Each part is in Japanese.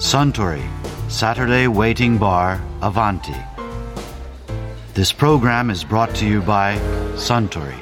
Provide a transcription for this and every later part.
Suntory Saturday Waiting Bar Avanti. This program is brought to you by Suntory.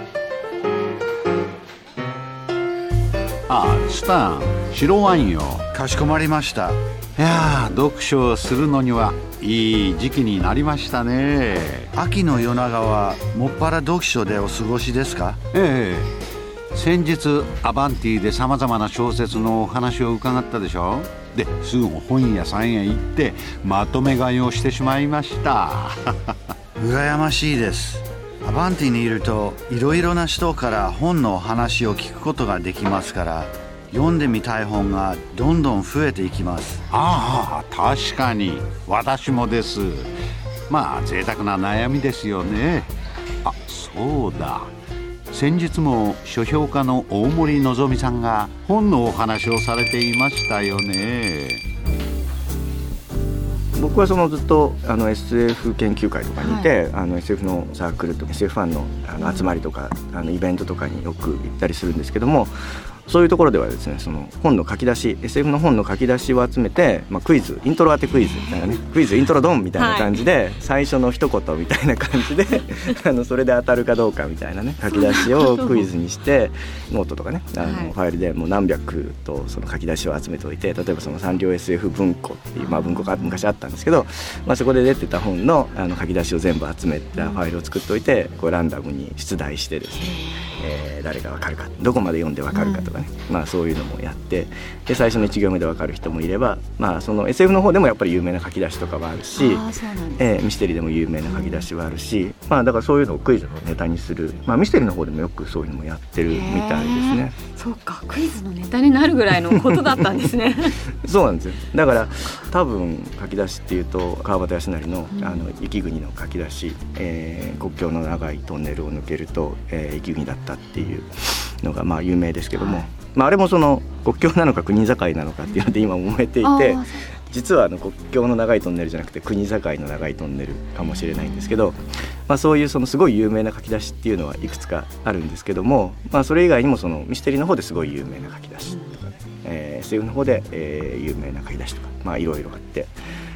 スタン白ワインよ。 かしこまりました。 いや読書をするのにはいい時期になりましたね。 秋の夜長はもっぱら読書でお過ごしですか？ ええ、先日アバンティでさまざまな小説のお話を伺ったでしょ。ですぐ本屋さんへ行ってまとめ買いをしてしまいました羨ましいです。アバンティにいるといろいろな人から本のお話を聞くことができますから、読んでみたい本がどんどん増えていきます。 ああ、確かに私もです。まあ贅沢な悩みですよね。あ、そうだ、先日も書評家の大森のぞみさんが本のお話をされていましたよね。 僕はずっとSF 研究会とかにいて、SF のサークルとか SF ファンの集まりとかイベントとかによく行ったりするんですけども、そういうところではですね、その本の書き出し SF の本の書き出しを集めて、クイズイントロ当てクイズみたいなね、クイズイントロドンみたいな感じで、最初の一言みたいな感じでそれで当たるかどうかみたいなね書き出しをクイズにしてノートとかねファイルでもう何百とその書き出しを集めておいて、例えばそのサンリオ SF 文庫っていう、文庫が昔あったんですけど、そこで出てた本の書き出しを全部集めたファイルを作っておいて、こうランダムに出題してですね、誰が分かるか、どこまで読んで分かるかとかね、そういうのもやって、で最初の1行目で分かる人もいれば、その SF の方でもやっぱり有名な書き出しとかはあるし、ミステリーでも有名な書き出しはあるし、だからそういうのをクイズのネタにする、ミステリーの方でもよくそういうのもやってるみたいですね。 そうか、クイズのネタになるぐらいのことだったんですねそうなんですよ。だから多分書き出しっていうと川端康成の雪国の書き出し、国境の長いトンネルを抜けると、雪国だったっていうのが有名ですけども、あれもその国境なのか国境なのかっていうので今揉めていて、実は国境の長いトンネルじゃなくて国境の長いトンネルかもしれないんですけど、そういうそのすごい有名な書き出しっていうのはいくつかあるんですけども、それ以外にもそのミステリーの方ですごい有名な書き出しとか、SF の方で、有名な書き出しとか、いろいろあって、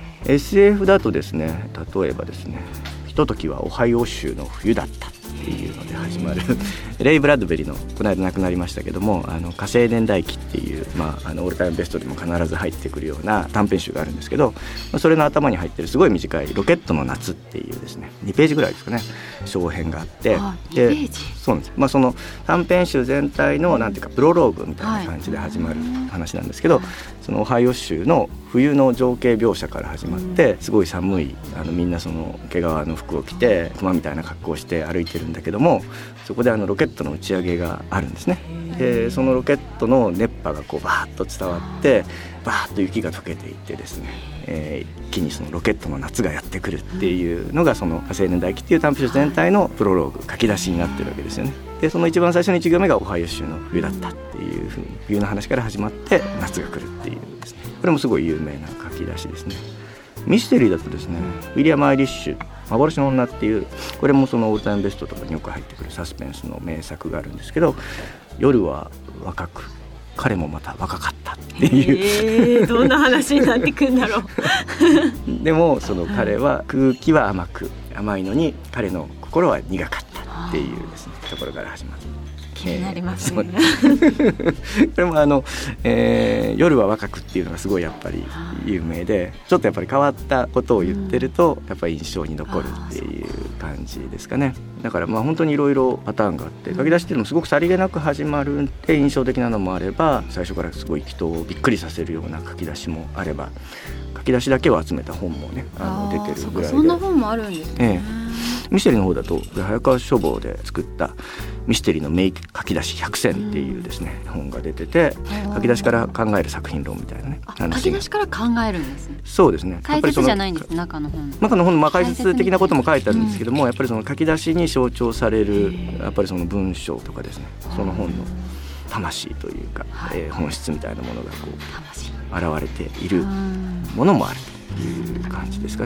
SF だとですね、例えばですね、ひとときはオハイオ州の冬だったっていうので始まるレイ・ブラッドベリーのこの間亡くなりましたけども、火星年代記っていう、オールタイムベストでも必ず入ってくるような短編集があるんですけど、それの頭に入ってるすごい短いロケットの夏っていうですね、2ページぐらいですかね、小編があって、 でそうなんです。その短編集全体のなんていうかプロローグみたいな感じで始まる話なんですけど、そのオハイオ州の冬の情景描写から始まって、すごい寒いみんなその毛皮の服を着て熊みたいな格好をして歩いてるんだけども、そこでロケットの打ち上げがあるんですね。でそのロケットの熱波がこうバーッと伝わってバーッと雪が溶けていってですね、一気にそのロケットの夏がやってくるっていうのがその火星年代記っていう短編集全体のプロローグ書き出しになってるわけですよね。でその一番最初の1行目がオハイオ州の冬だったっていう風に冬の話から始まって夏が来るっていうですね、これもすごい有名な書き出しですね。ミステリーだとですね、ウィリアム・アイリッシュ幻の女っていう、これもそのオールタイムベストとかによく入ってくるサスペンスの名作があるんですけど、夜は若く彼もまた若かったっていうどんな話になってくるんだろうでもその彼は空気は甘いのに彼の心は苦かったっていうですね、ところから始まる。 気になりますねこれも夜は若くっていうのがすごいやっぱり有名で、ちょっとやっぱり変わったことを言ってるとやっぱり印象に残るっていう感じですかね。だから本当にいろいろパターンがあって、書き出しっていうのもすごくさりげなく始まるって印象的なのもあれば、最初からすごい人をびっくりさせるような書き出しもあれば、書き出しだけを集めた本もね出てるぐらいで、 そんな本もあるんですね。 ミステリーの方だと早川書房で作ったミステリーの名書き出し100選っていうですね、本が出てて、書き出しから考える作品論みたいなね書き出しから考えるんですね。 そうですね。 解説じゃないんです。中の本の解説的なことも書いてあるんですけども、やっぱりその書き出しに象徴されるやっぱりその文章とかですね、その本の魂というか、本質みたいなものがこう現れているものもあるという感じですかね。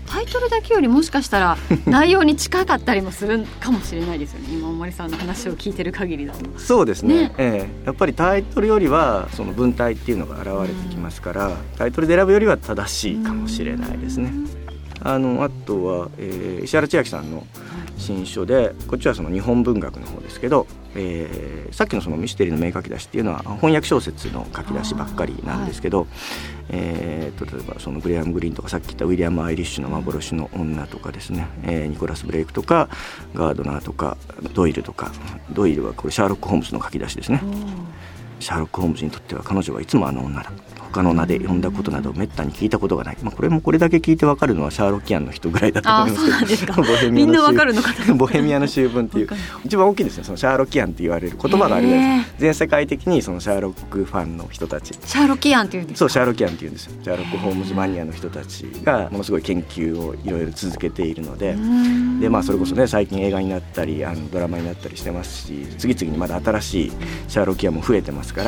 タイトルだけよりもしかしたら内容に近かったりもするかもしれないですよね。今大森さんの話を聞いてる限りだと。 そうですね、やっぱりタイトルよりはその文体っていうのが現れてきますから、タイトルで選ぶよりは正しいかもしれないですね。あとは、石原千秋さんの新書で、こっちはその日本文学の方ですけど、さっきのそのミステリーの名書き出しっていうのは翻訳小説の書き出しばっかりなんですけど、例えばそのグレアム・グリーンとか、さっき言ったウィリアム・アイリッシュの幻の女とかですね、ニコラス・ブレイクとかガードナーとかドイルとか、ドイルはこれシャーロック・ホームズの書き出しですね。シャーロック・ホームズにとっては彼女はいつもあの女だ、他の名で呼んだことなどめったに聞いたことがない、これもこれだけ聞いて分かるのはシャーロキアンの人ぐらいだと思いますけど、 みんな分かるのかな。 ボヘミアの秋分っていう一番大きいですね。そのシャーロキアンって言われる言葉があるぐらいです。全世界的にそのシャーロックファンの人たち、 シャーロキアンっていうんですか。 そうシャーロキアンっていうんですよ。シャーロック・ホームズマニアの人たちがものすごい研究をいろいろ続けているので、それこそね、最近映画になったりドラマになったりしてますし、次々にまだ新しいシャーロキアンも増えてますから、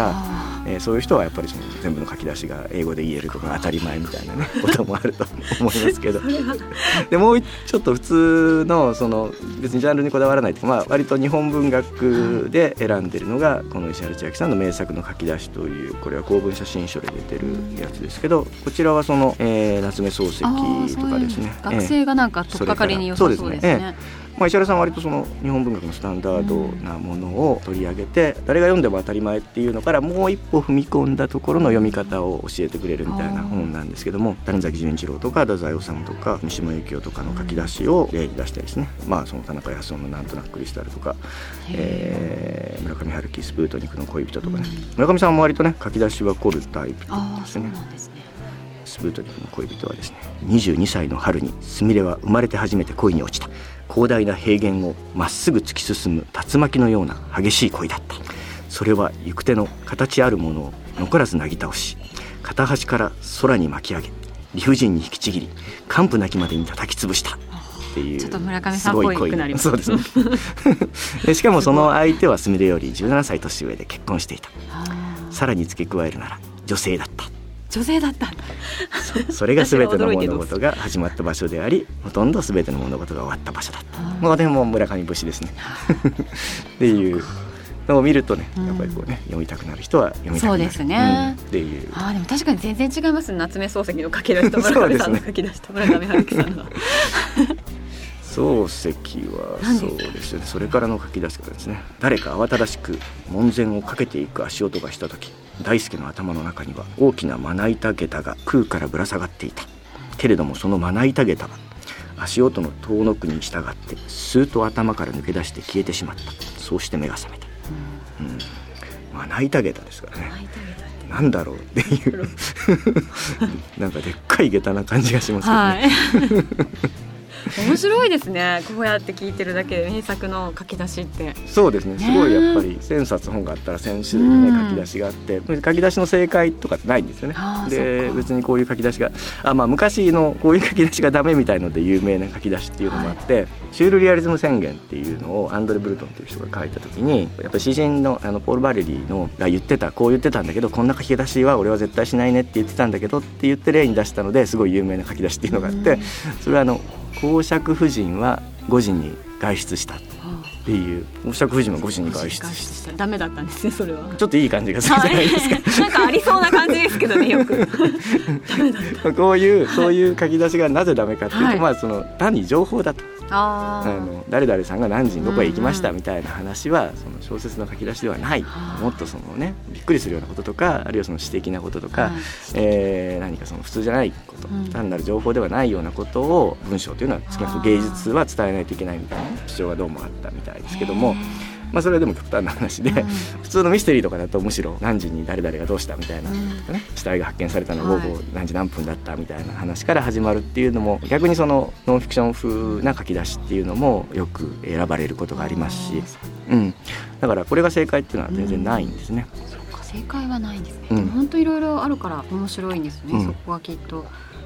そういう人はやっぱりその全部の書き出しが英語で言えるとか当たり前みたいなねこともあると思いますけどでもうちょっと普通のその別にジャンルにこだわらないというか、割と日本文学で選んでるのがこの石原千秋さんの名作の書き出しという、これは公文写真書で出てるやつですけど、こちらはその、夏目漱石とかですね、 学生がなんか取っかかりに良さそうですね。 石原さんは割とその日本文学のスタンダードなものを取り上げて、誰が読んでも当たり前っていうのからもう一歩踏み込んだところの読み方を教えてくれるみたいな本なんですけども、谷崎潤一郎とか太宰治とか三島由紀夫とかの書き出しを例に出してですね、その田中康夫のなんとなくクリスタルとか、村上春樹スプートニクの恋人とかね、村上さんも割とね書き出しは凝るタイプですね。スプートニクの恋人はですね、22歳の春にすみれは生まれて初めて恋に落ちた。広大な平原をまっすぐ突き進む竜巻のような激しい恋だった。それは行く手の形あるものを残らずなぎ倒し、片端から空に巻き上げ、理不尽に引きちぎり、完膚なきまでに叩き潰したっていう、 ちょっと村上さんっぽいくなります。 そうですねでしかもその相手はすみれより17歳年上で結婚していた。さらに付け加えるなら女性だった。 女性だった。 それが全ての物事が始まった場所であり、ほとんど全ての物事が終わった場所だった。でも村上節ですねっていうのを見るとね、やっぱりこうね、読みたくなる人は読みたくなる。そうですね、っていう。 でも確かに全然違いますね。夏目漱石の書き出しと村上さんの書き出しと村上春樹さんの漱石はそうですね、それからの書き出しからですね。誰か慌ただしく門前をかけていく足音がした時、大輔の頭の中には大きなまな板下駄が空からぶら下がっていた。けれどもそのまな板下駄は足音の遠のくに従ってスーッと頭から抜け出して消えてしまった。そうして目が覚めた。まな板下駄ですからね。なんだろうっていうなんかでっかい下駄な感じがしますけどね、 面白いですね。こうやって聞いてるだけで名作の書き出しって。 そうですね、すごいやっぱり1000冊本があったら1000種類の、書き出しがあって、書き出しの正解とかってないんですよね。で別にこういう書き出しが昔のこういう書き出しがダメみたいので有名な書き出しっていうのもあって、シュールリアリズム宣言っていうのをアンドレ・ブルトンという人が書いた時に、やっぱり詩人のポール・バレリーのが言ってた、こう言ってたんだけど、こんな書き出しは俺は絶対しないねって言ってたんだけどって言って例に出したので、すごい有名な書き出しっていうのがあって、それは公爵夫人は5時に外出したっていう、公爵夫人は5時に外出したダメだったんですね。それはちょっといい感じがするじゃないですか、 なんかありそうな感じですけどね、よくダメだった。 そういう書き出しがなぜダメかっていうと、その単に情報だと、誰々さんが何時にどこへ行きましたみたいな話はその小説の書き出しではない。もっとそのね、びっくりするようなこととか、あるいはその詩的なこととか、何かその普通じゃないこと、単なる情報ではないようなことを文章というのは、少なくとも芸術は伝えないといけないみたいな主張がどうもあったみたいですけども、それはでも極端な話で、普通のミステリーとかだとむしろ何時に誰々がどうしたみたいな、死体が発見されたのは午後何時何分だったみたいな話から始まるっていうのも、逆にそのノンフィクション風な書き出しっていうのもよく選ばれることがありますし、だからこれが正解っていうのは全然ないんですね。 そうか、正解はないんですね。でも本当いろいろあるから面白いんですね、そこはきっと。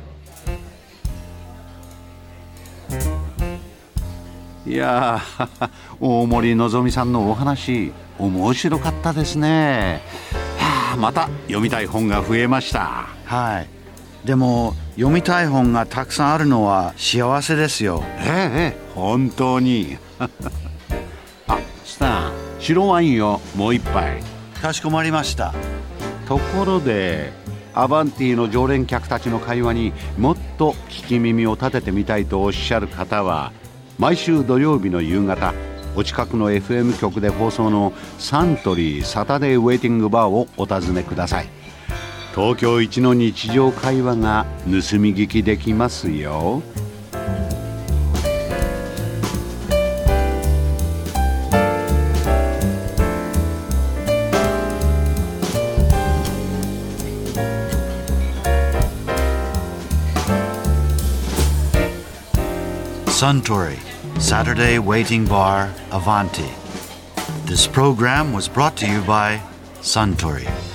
いや大森のぞみさんのお話面白かったですね。また読みたい本が増えました。 でも読みたい本がたくさんあるのは幸せですよ。 本当にあ、スタン、白ワインをもう一杯。 かしこまりました。 ところでアバンティの常連客たちの会話にもっと聞き耳を立ててみたいとおっしゃる方は、毎週土曜日の夕方、お近くの FM 局で放送のサントリーサタデーウェイティングバーをお尋ねください。東京一の日常会話が盗み聞きできますよ。 Suntory Saturday Waiting Bar Avanti. This program was brought to you by Suntory.